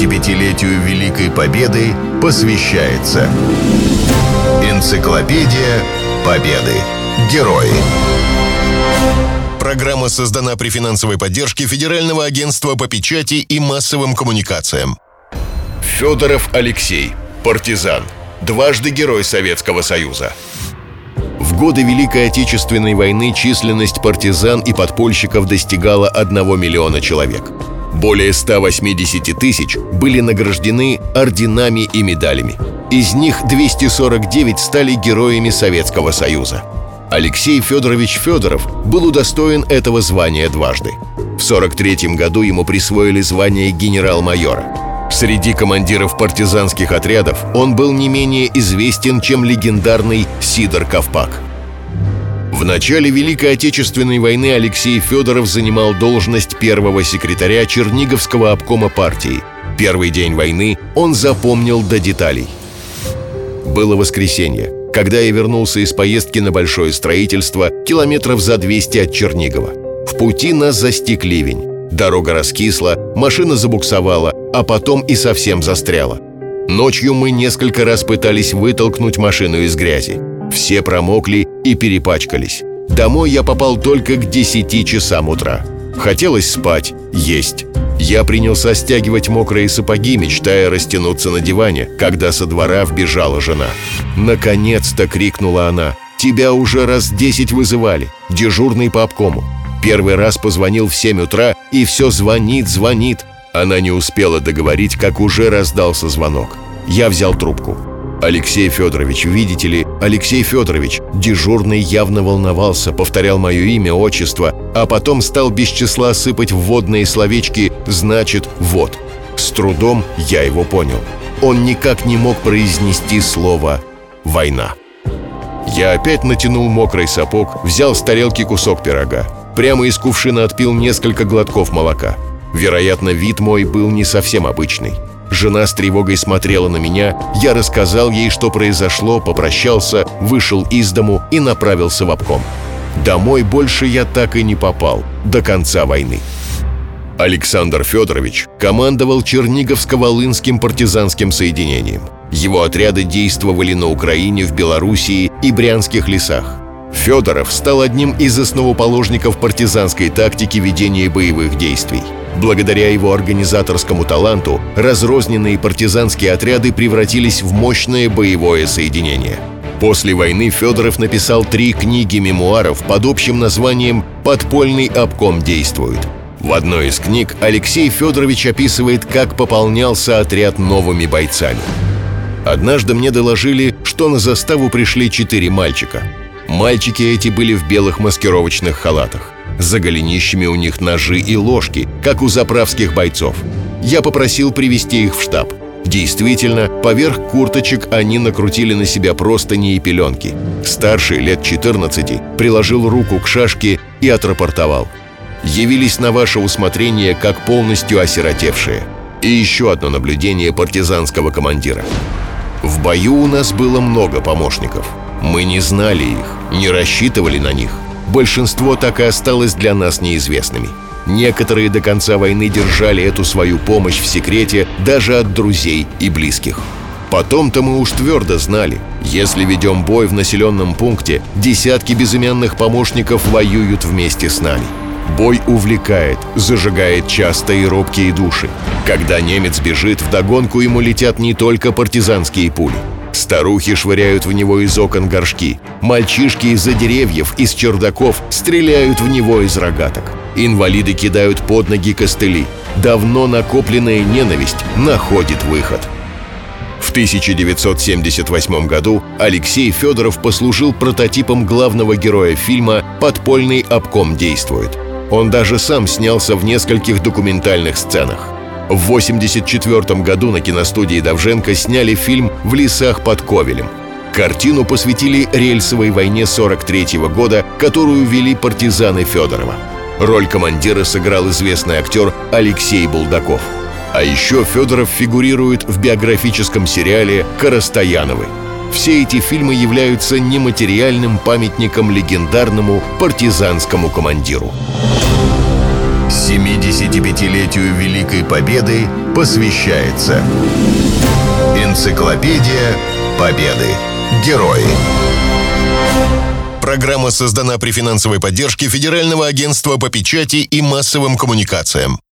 75-летию Великой Победы посвящается Энциклопедия Победы. Герои. Программа создана при финансовой поддержке Федерального агентства по печати и массовым коммуникациям. Федоров Алексей, партизан, дважды Герой Советского Союза. В годы Великой Отечественной войны численность партизан и подпольщиков достигала 1 миллиона человек. Более 180 тысяч были награждены орденами и медалями. Из них 249 стали героями Советского Союза. Алексей Федорович Федоров был удостоен этого звания дважды. В 1943 году ему присвоили звание генерал-майора. Среди командиров партизанских отрядов он был не менее известен, чем легендарный Сидор Ковпак. В начале Великой Отечественной войны Алексей Федоров занимал должность первого секретаря Черниговского обкома партии. Первый день войны он запомнил до деталей. Было воскресенье, когда я вернулся из поездки на большое строительство километров за 200 от Чернигова. В пути нас застиг ливень. Дорога раскисла, машина забуксовала, а потом и совсем застряла. Ночью мы несколько раз пытались вытолкнуть машину из грязи. Все промокли и перепачкались. Домой я попал только к 10 часам утра. Хотелось спать, есть. Я принялся стягивать мокрые сапоги, мечтая растянуться на диване, когда со двора вбежала жена. «Наконец-то!» — крикнула она. «Тебя уже раз 10 вызывали. Дежурный по обкому. Первый раз позвонил в 7 утра, и все звонит. Она не успела договорить, как уже раздался звонок. Я взял трубку. «Алексей Федорович, видите ли, Алексей Федорович». Дежурный явно волновался, повторял мое имя, отчество, а потом стал без числа сыпать вводные словечки «значит, вот». С трудом я его понял. Он никак не мог произнести слово «война». Я опять натянул мокрый сапог, взял с тарелки кусок пирога. Прямо из кувшина отпил несколько глотков молока. Вероятно, вид мой был не совсем обычный. Жена с тревогой смотрела на меня, я рассказал ей, что произошло, попрощался, вышел из дому и направился в обком. Домой больше я так и не попал до конца войны. Александр Федорович командовал Черниговско-Волынским партизанским соединением. Его отряды действовали на Украине, в Белоруссии и Брянских лесах. Федоров стал одним из основоположников партизанской тактики ведения боевых действий. Благодаря его организаторскому таланту разрозненные партизанские отряды превратились в мощное боевое соединение. После войны Федоров написал 3 книги мемуаров под общим названием «Подпольный обком действует». В одной из книг Алексей Федорович описывает, как пополнялся отряд новыми бойцами. Однажды мне доложили, что на заставу пришли 4 мальчика. Мальчики эти были в белых маскировочных халатах. За голенищами у них ножи и ложки, как у заправских бойцов. Я попросил привести их в штаб. Действительно, поверх курточек они накрутили на себя простыни и пеленки. Старший, лет 14, приложил руку к шашке и отрапортовал: «Явились на ваше усмотрение как полностью осиротевшие». И еще одно наблюдение партизанского командира. В бою у нас было много помощников. Мы не знали их, не рассчитывали на них. Большинство так и осталось для нас неизвестными. Некоторые до конца войны держали эту свою помощь в секрете даже от друзей и близких. Потом-то мы уж твердо знали, если ведем бой в населенном пункте, десятки безымянных помощников воюют вместе с нами. Бой увлекает, зажигает часто и робкие души. Когда немец бежит, вдогонку ему летят не только партизанские пули. Старухи швыряют в него из окон горшки. Мальчишки из-за деревьев, из чердаков стреляют в него из рогаток. Инвалиды кидают под ноги костыли. Давно накопленная ненависть находит выход. В 1978 году Алексей Федоров послужил прототипом главного героя фильма «Подпольный обком действует». Он даже сам снялся в нескольких документальных сценах. В 1984 году на киностудии Довженко сняли фильм «В лесах под Ковелем». Картину посвятили рельсовой войне 1943 года, которую вели партизаны Федорова. Роль командира сыграл известный актер Алексей Булдаков. А еще Федоров фигурирует в биографическом сериале «Карастояновы». Все эти фильмы являются нематериальным памятником легендарному партизанскому командиру. 75-летию Великой Победы посвящается Энциклопедия Победы. Герои. Программа создана при финансовой поддержке Федерального агентства по печати и массовым коммуникациям.